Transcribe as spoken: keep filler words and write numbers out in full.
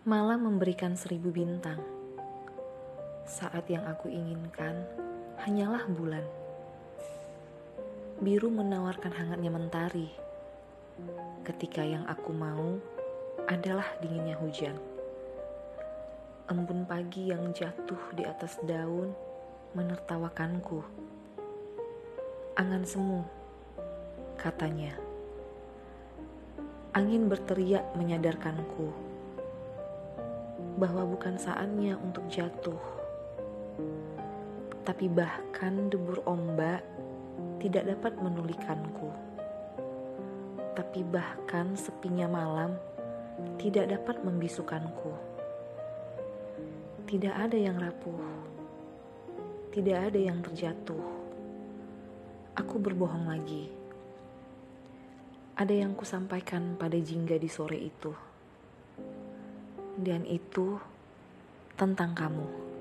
Malam memberikan seribu bintang. Saat yang aku inginkan hanyalah bulan. Biru menawarkan hangatnya mentari, ketika yang aku mau adalah dinginnya hujan. Embun pagi yang jatuh di atas daun menertawakanku. Angan semu, katanya. Angin berteriak menyadarkanku bahwa bukan saatnya untuk jatuh. Tapi bahkan debur ombak tidak dapat menulikanku. Tapi bahkan sepinya malam tidak dapat membisukanku. Tidak ada yang rapuh. Tidak ada yang terjatuh. Aku berbohong lagi. Ada yang kusampaikan pada jingga di sore itu. Dan itu tentang kamu.